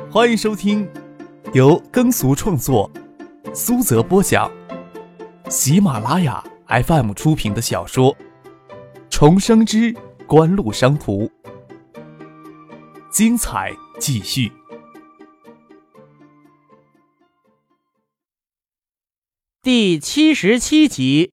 欢迎收听由耕俗创作、苏泽播讲、喜马拉雅 FM 出品的小说《重生之官路商途》，精彩继续。 第77集。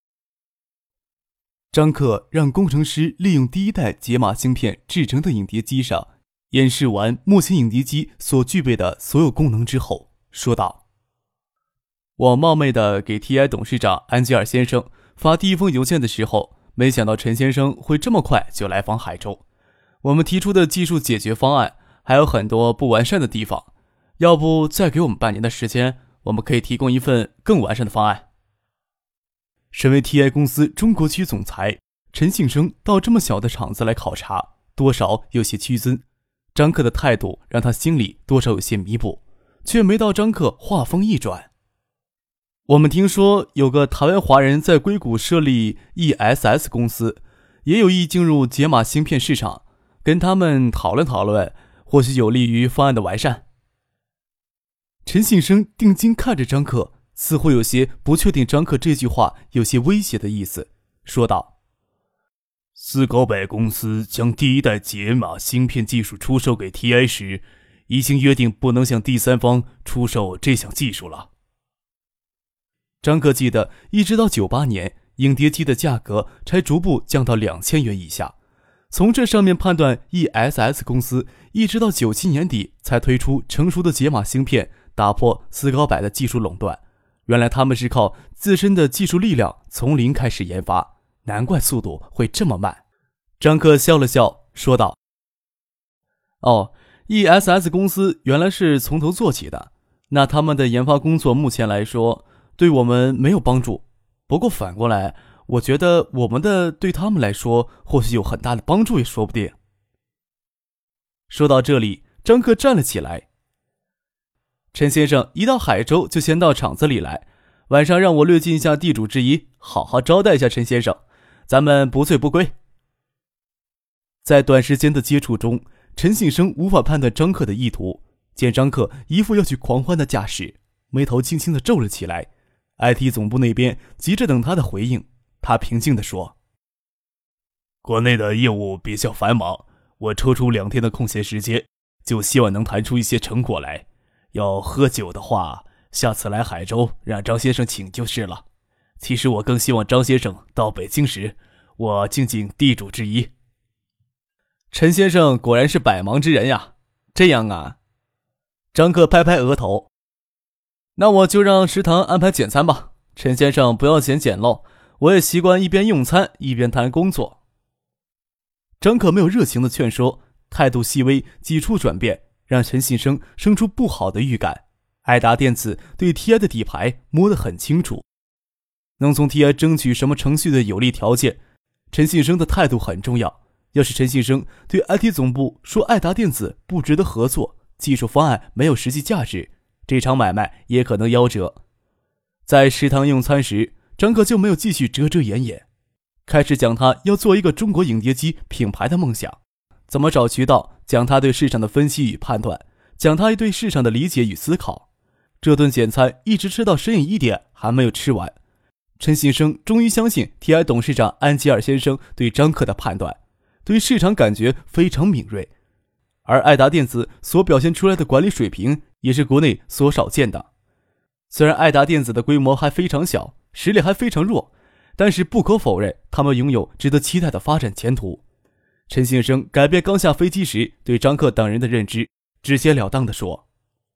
张克让工程师利用第一代解码芯片制成的影碟机上演示完目前影碟机所具备的所有功能之后，说道：我冒昧地给 TI 董事长安吉尔先生发第一封邮件的时候，没想到陈先生会这么快就来访海州。我们提出的技术解决方案还有很多不完善的地方，要不再给我们半年的时间，我们可以提供一份更完善的方案。身为 TI 公司中国区总裁，陈信生到这么小的厂子来考察，多少有些屈尊。张克的态度让他心里多少有些弥补，却没到张克话锋一转。我们听说有个台湾华人在硅谷设立 ESS 公司，也有意进入解码芯片市场，跟他们讨论讨论，或许有利于方案的完善。陈信生定睛看着张克，似乎有些不确定张克这句话有些威胁的意思，说道：斯高柏公司将第一代解码芯片技术出售给 TI 时，已经约定不能向第三方出售这项技术了。张克记得一直到98年，影碟机的价格才逐步降到2000元以下，从这上面判断 ESS 公司一直到97年底才推出成熟的解码芯片，打破斯高柏的技术垄断。原来他们是靠自身的技术力量从零开始研发，难怪速度会这么慢。张克笑了笑说道：ESS 公司原来是从头做起的，那他们的研发工作目前来说对我们没有帮助，不过反过来我觉得我们的对他们来说或许有很大的帮助也说不定。说到这里，张克站了起来：陈先生一到海州就先到厂子里来，晚上让我略尽一下地主之谊，好好招待一下陈先生，咱们不醉不归。在短时间的接触中，陈信生无法判断张克的意图，见张克一副要去狂欢的架势，眉头轻轻地皱了起来。IT 总部那边急着等他的回应，他平静地说：国内的业务比较繁忙，我抽出2天的空闲时间，就希望能谈出一些成果来。要喝酒的话，下次来海州让张先生请就是了。其实我更希望张先生到北京时，我尽尽地主之谊。陈先生果然是百忙之人呀。这样啊。张克拍拍额头：那我就让食堂安排简餐吧，陈先生不要嫌简陋，我也习惯一边用餐一边谈工作。张克没有热情的劝说，态度细微几处转变，让陈信生生出不好的预感。爱达电子对 TI 的底牌摸得很清楚，能从 TI 争取什么程序的有利条件，陈信生的态度很重要。要是陈信生对 IT 总部说爱达电子不值得合作，技术方案没有实际价值，这场买卖也可能夭折。在食堂用餐时，张克就没有继续遮遮掩掩，开始讲他要做一个中国影碟机品牌的梦想，怎么找渠道，讲他对市场的分析与判断，讲他对市场的理解与思考。这顿简餐一直吃到深夜1点还没有吃完。陈信生终于相信 TI 董事长安吉尔先生对张克的判断，对市场感觉非常敏锐，而爱达电子所表现出来的管理水平也是国内所少见的。虽然爱达电子的规模还非常小，实力还非常弱，但是不可否认他们拥有值得期待的发展前途。陈信生改变刚下飞机时对张克等人的认知，直截了当地说：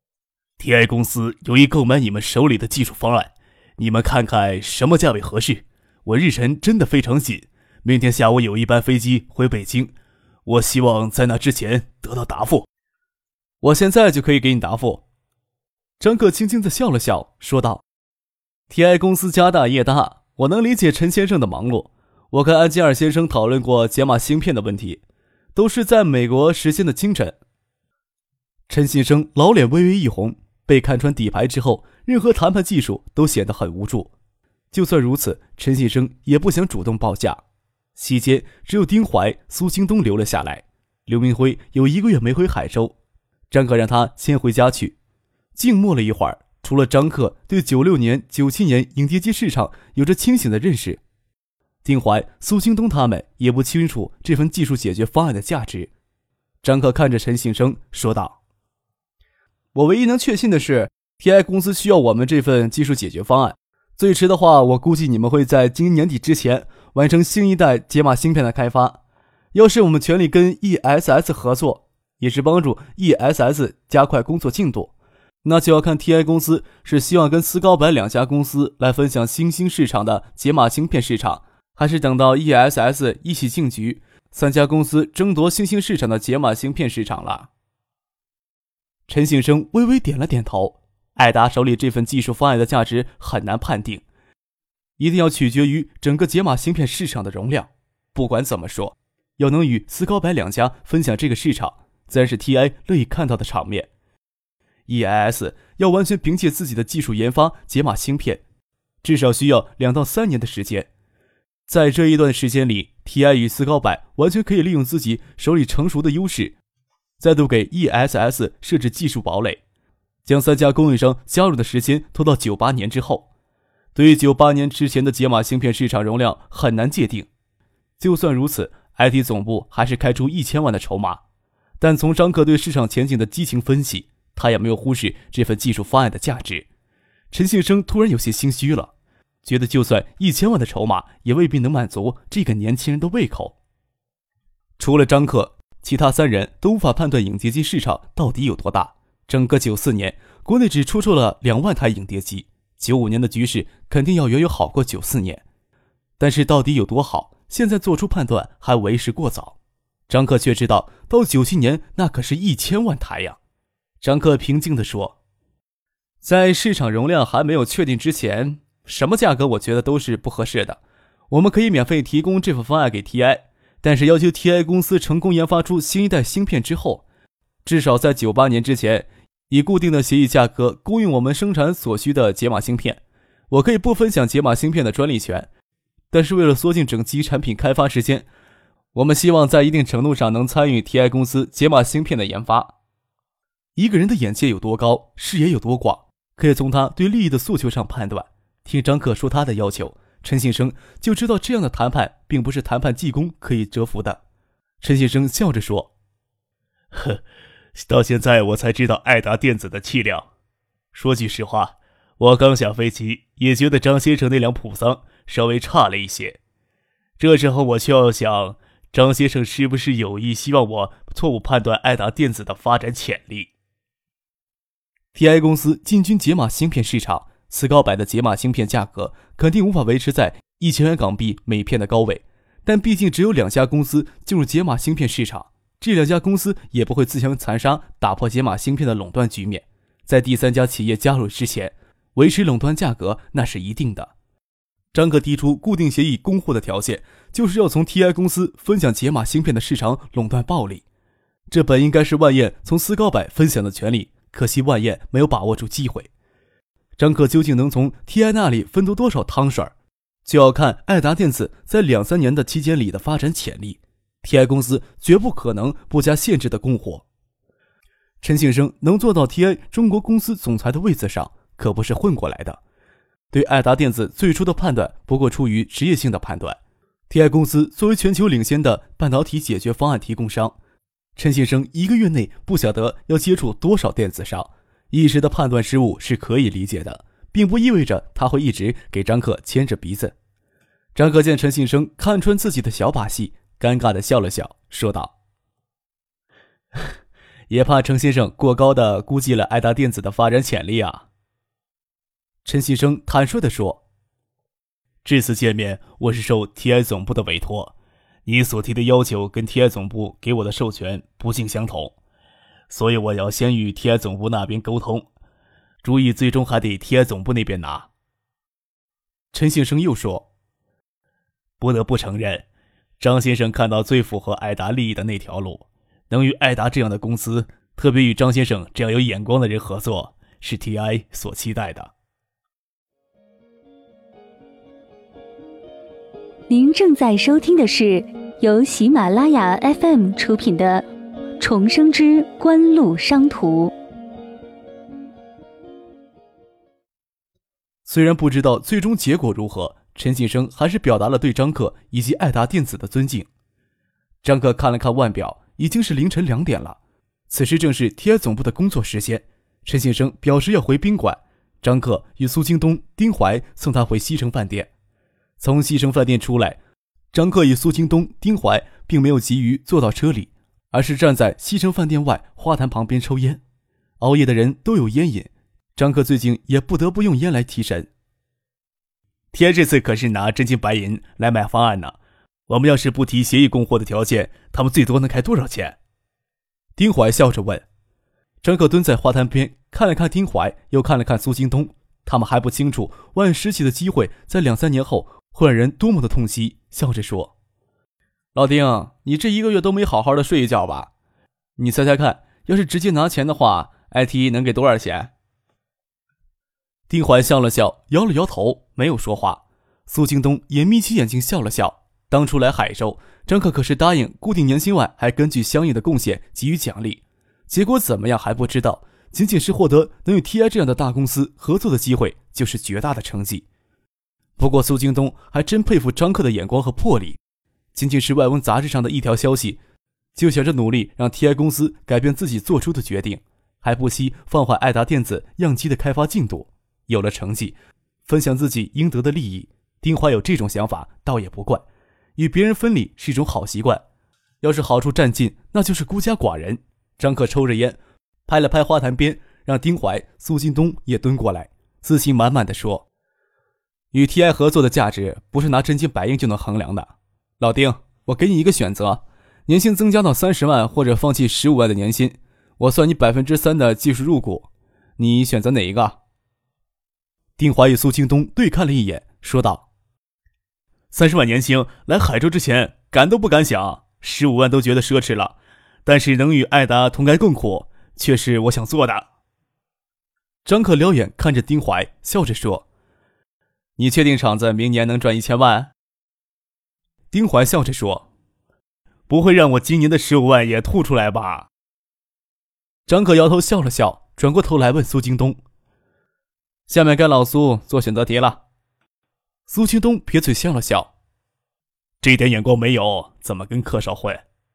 TI 公司有意购买你们手里的技术方案，你们看看什么价位合适，我日程真的非常紧，明天下午有一班飞机回北京，我希望在那之前得到答复。我现在就可以给你答复。张克轻轻地笑了笑说道： TI 公司家大业大，我能理解陈先生的忙碌，我跟安吉尔先生讨论过解码芯片的问题，都是在美国实现的清晨。陈信生老脸微微一红，被看穿底牌之后，任何谈判技术都显得很无助。就算如此，陈信生也不想主动报价。期间只有丁怀、苏京东留了下来，刘明辉有1个月没回海州。 张克让他先回家去。静默了一会儿，除了张克对96年、97年影碟机市场有着清醒的认识，丁怀、苏京东他们也不清楚这份技术解决方案的价值。张克看着陈信生说道：我唯一能确信的是 TI 公司需要我们这份技术解决方案，最迟的话我估计你们会在今年年底之前完成新一代解码芯片的开发。要是我们全力跟 ESS 合作，也是帮助 ESS 加快工作进度，那就要看 TI 公司是希望跟思高白两家公司来分享新兴市场的解码芯片市场，还是等到 ESS 一起进局，3家公司争夺新兴市场的解码芯片市场了。陈信生微微点了点头，爱达手里这份技术方案的价值很难判定，一定要取决于整个解码芯片市场的容量。不管怎么说，要能与思高白两家分享这个市场，自然是 TI 乐意看到的场面。EIS 要完全凭借自己的技术研发解码芯片，至少需要2到3年的时间。在这一段时间里， TI 与思高白完全可以利用自己手里成熟的优势，再度给 ESS 设置技术堡垒，将3家供应商加入的时间拖到98年之后。对于98年之前的解码芯片市场容量很难界定，就算如此， IT 总部还是开出1000万的筹码。但从张克对市场前景的激情分析，他也没有忽视这份技术方案的价值。陈信生突然有些心虚了，觉得就算1000万的筹码也未必能满足这个年轻人的胃口。除了张克，其他3人都无法判断影碟机市场到底有多大。整个94年，国内只出售了2万台影碟机，95年的局势肯定要远远好过94年。但是到底有多好，现在做出判断还为时过早。张克却知道，到97年那可是1000万台呀。张克平静地说，在市场容量还没有确定之前，什么价格我觉得都是不合适的。我们可以免费提供这份方案给 TI， 但是要求 TI 公司成功研发出新一代芯片之后，至少在98年之前，以固定的协议价格供应我们生产所需的解码芯片。我可以不分享解码芯片的专利权，但是为了缩进整机产品开发时间，我们希望在一定程度上能参与 TI 公司解码芯片的研发。一个人的眼界有多高，视野有多广，可以从他对利益的诉求上判断。听张克说他的要求，陈信生就知道这样的谈判并不是谈判技工可以折服的。陈信生笑着说， 到现在我才知道爱达电子的气量。说句实话，我刚下飞机也觉得张先生那辆普桑稍微差了一些。这时候我却要想，张先生是不是有意希望我错误判断爱达电子的发展潜力。 TI 公司进军解码芯片市场，思高白的解码芯片价格肯定无法维持在1000元港币每片的高位，但毕竟只有2家公司进入解码芯片市场，这2家公司也不会自相残杀，打破解码芯片的垄断局面。在第3家企业加入之前，维持垄断价格那是一定的。张克提出固定协议供货的条件，就是要从 TI 公司分享解码芯片的市场垄断暴利。这本应该是万燕从思高白分享的权利，可惜万燕没有把握住机会。张克究竟能从 TI 那里分夺多少汤水，就要看爱达电子在2-3年的期间里的发展潜力。TI 公司绝不可能不加限制的供货。陈信生能做到 TI 中国公司总裁的位子上，可不是混过来的。对爱达电子最初的判断不过出于职业性的判断。TI 公司作为全球领先的半导体解决方案提供商，陈信生1个月内不晓得要接触多少电子商，一时的判断失误是可以理解的，并不意味着他会一直给张克牵着鼻子。张克见陈信生看穿自己的小把戏，尴尬地笑了笑，说道，也怕陈先生过高地估计了爱达电子的发展潜力啊。陈信生坦率地说， 这次见面我是受 TI 总部的委托，你所提的要求跟 TI 总部给我的授权不尽相同，所以我要先与 TI 总部那边沟通，主意最终还得 TI 总部那边拿。 陈信生又说， 不得不承认，张先生看到最符合爱达利益的那条路，能与爱达这样的公司，特别与张先生这样有眼光的人合作，是 TI 所期待的。 您正在收听的是由喜马拉雅 FM 出品的《 重生之官路商途。 虽然不知道最终结果如何，陈信生还是表达了对张克以及爱达电子的尊敬。张克看了看腕表，已经是凌晨2点了，此时正是 TI 总部的工作时间。陈信生表示要回宾馆，张克与苏京东、丁怀送他回西城饭店。从西城饭店出来，张克与苏京东、丁怀并没有急于坐到车里，而是站在西城饭店外花坛旁边抽烟。熬夜的人都有烟瘾，张克最近也不得不用烟来提神。 TI 这次可是拿真金白银来买方案呢，我们要是不提协议供货的条件，他们最多能开多少钱？ 丁怀笑着问。张克蹲在花坛边，看了看丁怀，又看了看苏京东，他们还不清楚万失去的机会在2-3年后会让人多么的痛惜，笑着说：老丁，你这1个月都没好好的睡一觉吧？你猜猜看，要是直接拿钱的话， IT 能给多少钱？丁怀笑了笑，摇了摇头，没有说话。苏京东也眯起眼睛笑了笑。当初来海州，张克可是答应固定年薪外，还根据相应的贡献给予奖励。结果怎么样还不知道，仅仅是获得能与 TI 这样的大公司合作的机会，就是绝大的成绩。不过苏京东还真佩服张克的眼光和魄力，仅仅是外文杂志上的一条消息，就想着努力让 TI 公司改变自己做出的决定，还不惜放缓爱达电子样机的开发进度。有了成绩，分享自己应得的利益，丁怀有这种想法倒也不怪，与别人分离是一种好习惯，要是好处占尽，那就是孤家寡人。张克抽着烟，拍了拍花坛边，让丁怀、苏京东也蹲过来，自信满满的说：与 TI 合作的价值不是拿真金白银就能衡量的。老丁，我给你一个选择，年薪增加到30万，或者放弃15万的年薪，我算你3%的技术入股，你选择哪一个？丁怀与苏京东对看了一眼，说道 ：30万年薪，来海州之前敢都不敢想，15万都觉得奢侈了，但是能与爱达同甘共苦，却是我想做的。 张克撩眼看着丁怀，笑着说：你确定厂子明年能赚1000万？丁怀笑着说： 不会让我今年的15万也吐出来吧？ 张克摇头笑了笑，转过头来问苏京东：下面该老苏做选择题了。苏京东撇嘴笑了笑： 这点眼光没有，怎么跟客少混？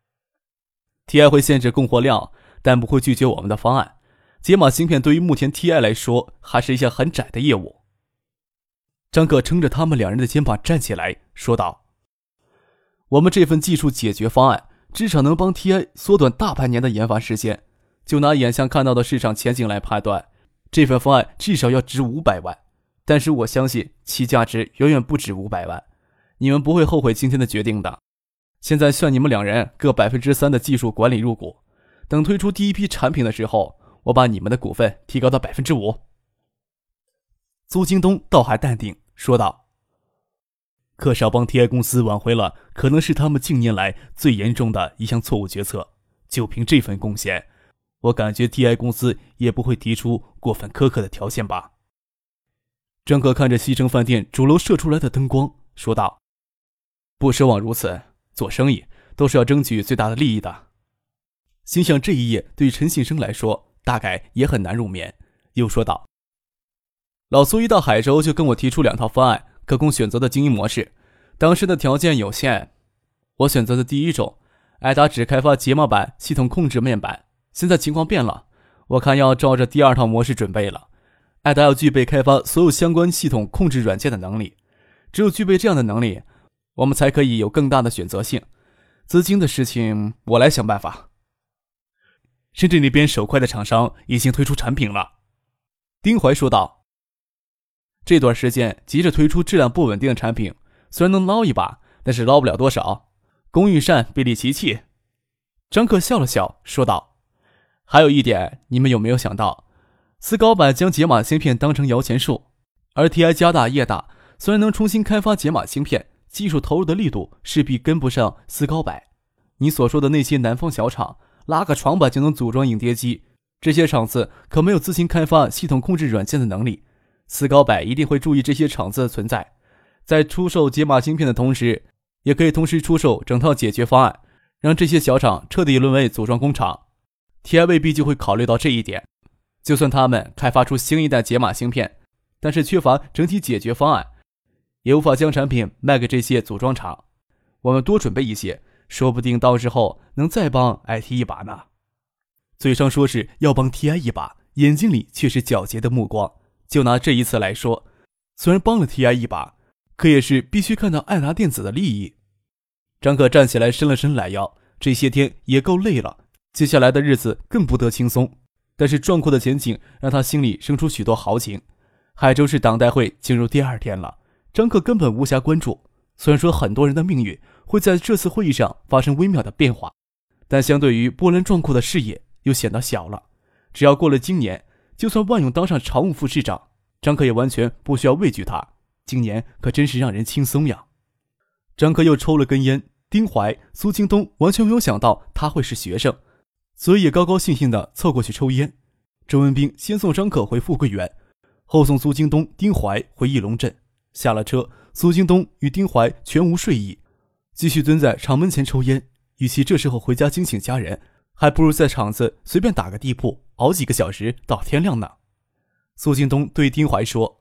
TI 会限制供货量，但不会拒绝我们的方案。解码芯片对于目前 TI 来说还是一项很窄的业务。张克撑着他们2人的肩膀站起来说道：我们这份技术解决方案至少能帮 TI 缩短大半年的研发时间，就拿眼下看到的市场前景来判断，这份方案至少要值500万，但是我相信其价值远远不止500万，你们不会后悔今天的决定的。现在算你们2人各3%的技术管理入股，等推出第一批产品的时候，我把你们的股份提高到5%。苏京东倒还淡定说道： 客少帮 TI 公司挽回了可能是他们近年来最严重的一项错误决策，就凭这份贡献，我感觉 TI 公司也不会提出过分苛刻的条件吧。 张克看着西城饭店主楼射出来的灯光说道：不奢望如此，做生意都是要争取最大的利益的。心想这一夜对陈信生来说大概也很难入眠，又说道：老苏一到海州就跟我提出2套方案，可供选择的经营模式，当时的条件有限，我选择的第一种，爱达只开发解码板系统控制面板，现在情况变了，我看要照着第2套模式准备了。爱达要具备开发所有相关系统控制软件的能力，只有具备这样的能力，我们才可以有更大的选择性。资金的事情我来想办法。 深圳那边手快的厂商已经推出产品了， 丁怀说道：这段时间急着推出质量不稳定的产品，虽然能捞一把，但是捞不了多少，工欲善必利其器。张克笑了笑说道：还有一点，你们有没有想到，思高柏将解码芯片当成摇钱树，而 TI 家大业大，虽然能重新开发解码芯片，技术投入的力度势必跟不上思高柏。你所说的那些南方小厂，拉个床板就能组装影碟机，这些厂子可没有自行开发系统控制软件的能力。思高柏一定会注意这些厂子的存在，在出售解码芯片的同时，也可以同时出售整套解决方案，让这些小厂彻底沦为组装工厂。 TI 未必就会考虑到这一点。就算他们开发出新一代解码芯片，但是缺乏整体解决方案，也无法将产品卖给这些组装厂。我们多准备一些，说不定到时候能再帮 IT 一把呢。嘴上说是要帮 TI 一把，眼睛里却是皎洁的目光。就拿这一次来说，虽然帮了 TI 一把，可也是必须看到爱达电子的利益。张克站起来伸了伸懒腰，这些天也够累了，接下来的日子更不得轻松。但是壮阔的前景让他心里生出许多豪情。海州市党代会进入第2天了，张克根本无暇关注。虽然说很多人的命运会在这次会议上发生微妙的变化，但相对于波澜壮阔的事业又显得小了。只要过了今年，就算万勇当上常务副市长，张克也完全不需要畏惧他。今年可真是让人轻松呀。张克又抽了根烟，丁怀、苏京东完全没有想到他会是学生，所以也高高兴兴地凑过去抽烟。周文斌先送张克回富贵园，后送苏京东、丁怀回义龙镇。下了车，苏京东与丁怀全无睡意，继续蹲在厂门前抽烟。与其这时候回家惊醒家人，还不如在厂子随便打个地铺，熬几个小时到天亮呢。苏京东对丁怀说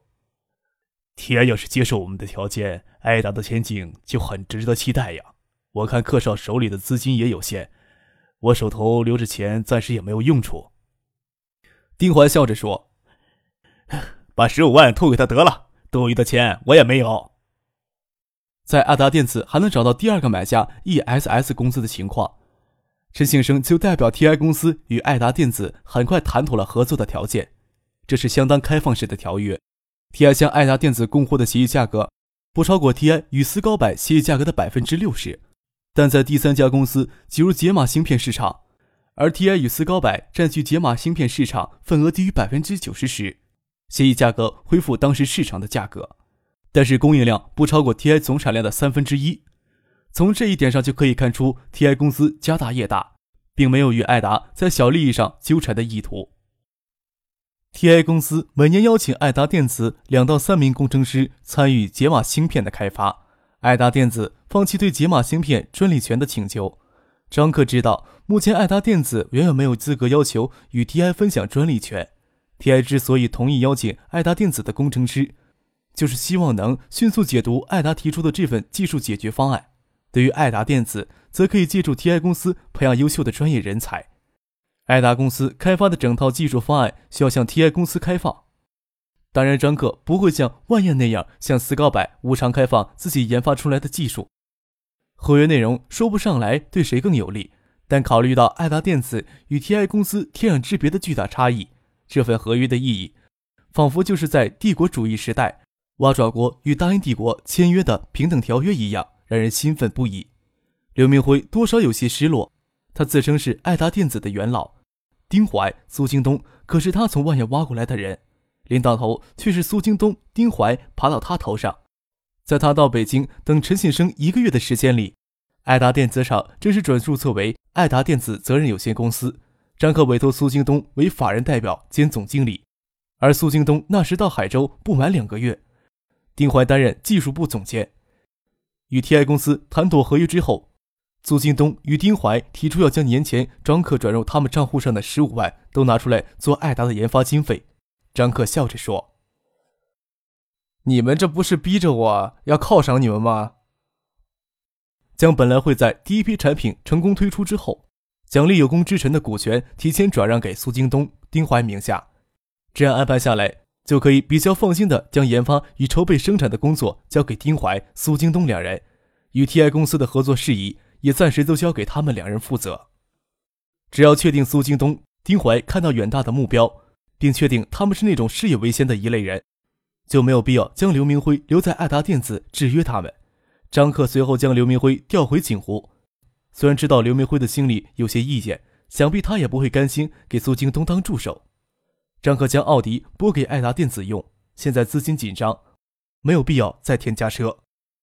：“TI 要是接受我们的条件，爱达的前景就很值得期待呀。我看克少手里的资金也有限，我手头留着钱暂时也没有用处。” 丁怀笑着说：“ 把15万吐给他得了，多余的钱我也没有。” 在爱达电子还能找到第2个买家 ESS 公司的情况，陈庆生就代表 TI 公司与爱达电子很快谈妥了合作的条件。这是相当开放式的条约， TI 向爱达电子供货的协议价格不超过 TI 与斯高柏协议价格的 60%， 但在第3家公司挤入解码芯片市场，而 TI 与斯高柏占据解码芯片市场份额低于 90% 时，协议价格恢复当时市场的价格，但是供应量不超过 TI 总产量的1/3。从这一点上就可以看出 TI 公司家大业大，并没有与爱达在小利益上纠缠的意图。TI 公司每年邀请爱达电子2到3名工程师参与解码芯片的开发，爱达电子放弃对解码芯片专利权的请求。张克知道，目前爱达电子远远没有资格要求与 TI 分享专利权。TI 之所以同意邀请爱达电子的工程师，就是希望能迅速解读爱达提出的这份技术解决方案。对于爱达电子，则可以借助 TI 公司培养优秀的专业人才。爱达公司开发的整套技术方案需要向 TI 公司开放。当然，张克不会像万燕那样向斯高柏无偿开放自己研发出来的技术。合约内容说不上来对谁更有利，但考虑到爱达电子与 TI 公司天壤之别的巨大差异，这份合约的意义，仿佛就是在帝国主义时代挖爪国与大英帝国签约的平等条约一样，让人兴奋不已。刘明辉多少有些失落，他自称是爱达电子的元老，丁怀、苏京东可是他从万业挖过来的人，领导头却是苏京东、丁怀爬到他头上。在他到北京等陈信生1个月的时间里，爱达电子厂正式转注册为爱达电子责任有限公司，张克委托苏京东为法人代表兼总经理，而苏京东那时到海州不满2个月，丁怀担任技术部总监。与 TI 公司谈妥合约之后，苏京东与丁怀提出要将年前张克转入他们账户上的15万都拿出来做爱达的研发经费。张克笑着说：“你们这不是逼着我要犒赏你们吗？”将本来会在第一批产品成功推出之后，奖励有功之臣的股权提前转让给苏京东、丁怀名下，这样安排下来，就可以比较放心地将研发与筹备生产的工作交给丁怀、苏京东2人，与 TI 公司的合作事宜也暂时都交给他们2人负责。只要确定苏京东、丁怀看到远大的目标，并确定他们是那种事业为先的一类人，就没有必要将刘明辉留在爱达电子制约他们。张克随后将刘明辉调回锦湖，虽然知道刘明辉的心里有些意见，想必他也不会甘心给苏京东当助手。张克将奥迪拨给爱达电子用，现在资金紧张，没有必要再添加车。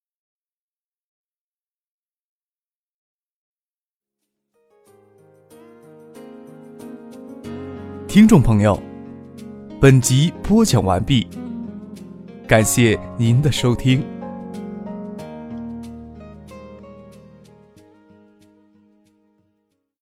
听众朋友，本集播讲完毕，感谢您的收听。